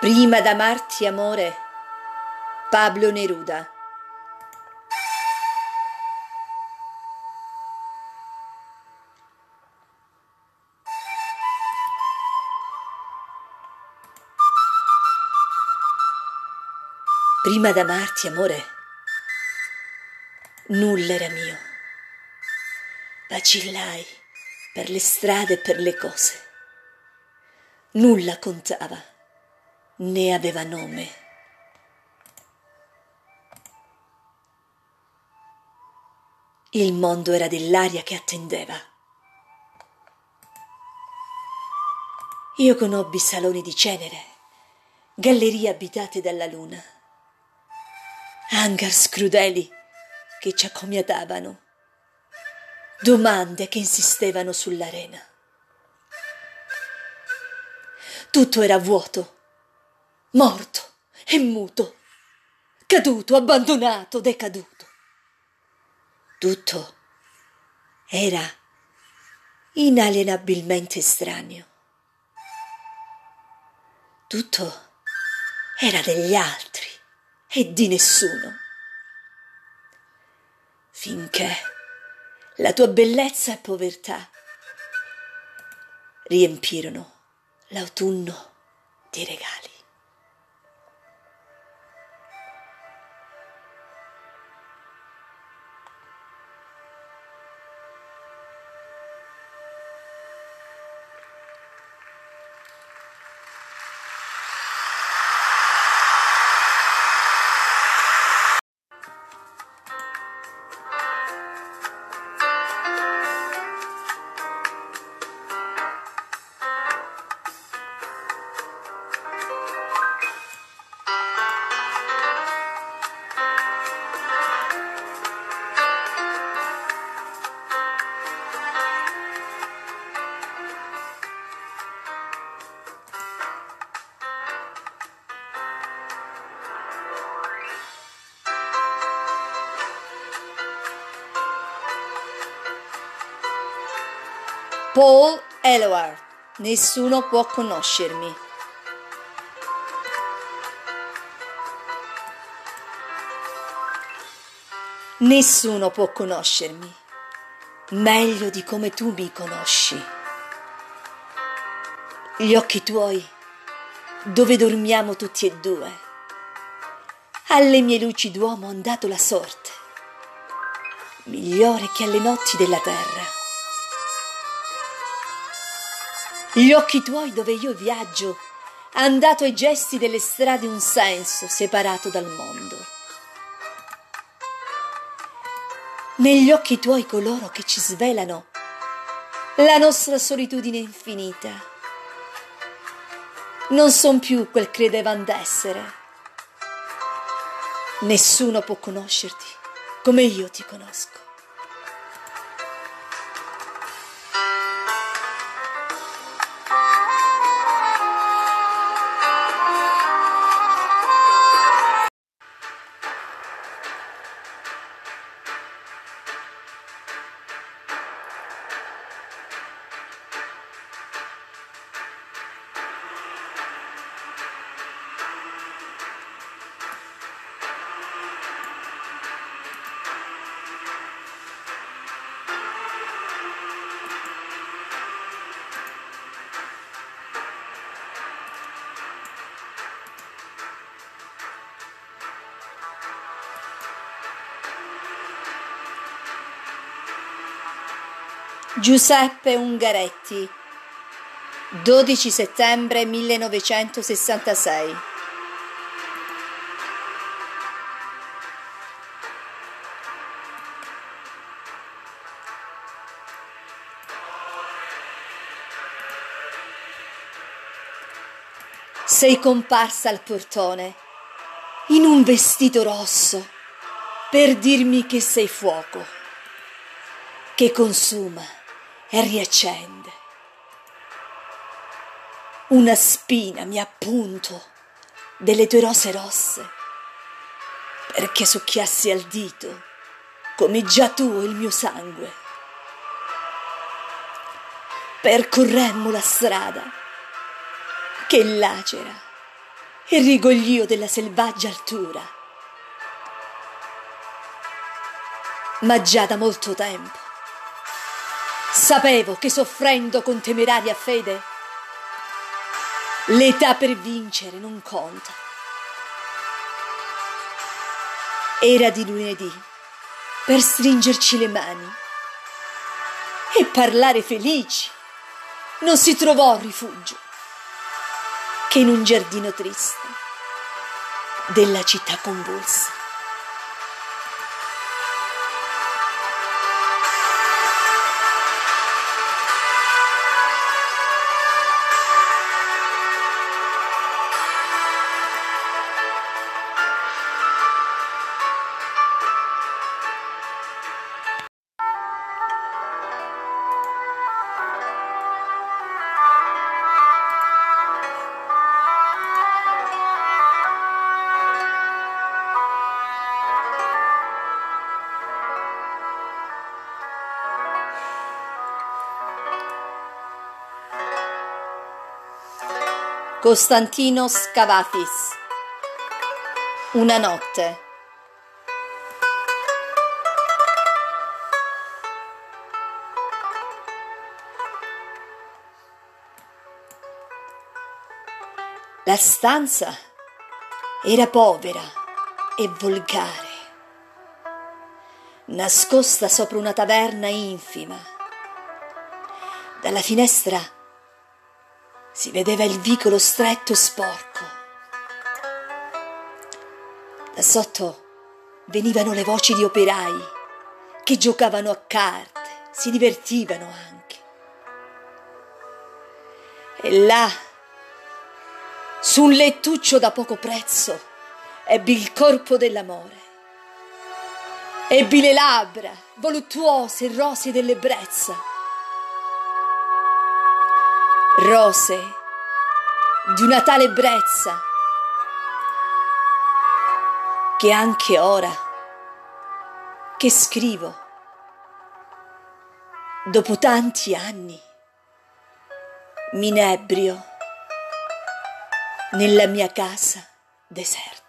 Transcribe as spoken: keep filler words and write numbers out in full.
Prima d'amarti, amore, Pablo Neruda. Prima d'amarti, amore, nulla era mio. Vacillai per le strade e per le cose. Nulla contava, né aveva nome. Il mondo era dell'aria che attendeva. Io conobbi saloni di cenere, gallerie abitate dalla luna, hangars crudeli che ci accomiatavano, domande che insistevano sull'arena. Tutto era vuoto, morto e muto, caduto, abbandonato, decaduto. Tutto era inalienabilmente estraneo. Tutto era degli altri e di nessuno. Finché la tua bellezza e povertà riempirono l'autunno di regali. Paul Eluard, nessuno può conoscermi. Nessuno può conoscermi meglio di come tu mi conosci. Gli occhi tuoi, dove dormiamo tutti e due, alle mie luci d'uomo han dato la sorte, migliore che alle notti della terra. Gli occhi tuoi dove io viaggio han dato ai gesti delle strade un senso separato dal mondo. Negli occhi tuoi coloro che ci svelano la nostra solitudine infinita non son più quel credevan d'essere. Nessuno può conoscerti come io ti conosco. Giuseppe Ungaretti, dodici settembre millenovecentosessantasei. Sei comparsa al portone in un vestito rosso per dirmi che sei fuoco, che consuma e riaccende. Una spina mi appunto delle tue rose rosse perché succhiassi al dito come già tuo il mio sangue. Percorremmo la strada che lacera il rigoglio della selvaggia altura. Ma già da molto tempo sapevo che soffrendo con temeraria fede l'età per vincere non conta. Era di lunedì per stringerci le mani e parlare felici. Non si trovò rifugio che in un giardino triste della città convulsa. Konstantinos Kavafis. Una notte. La stanza era povera e volgare, nascosta sopra una taverna infima. Dalla finestra si vedeva il vicolo stretto e sporco. Da sotto venivano le voci di operai che giocavano a carte, si divertivano anche. E là, su un lettuccio da poco prezzo, ebbi il corpo dell'amore. Ebbi le labbra voluttuose e rosee dell'ebbrezza. Rose di una tale ebbrezza che anche ora che scrivo, dopo tanti anni, m'inebrio nella mia casa deserta.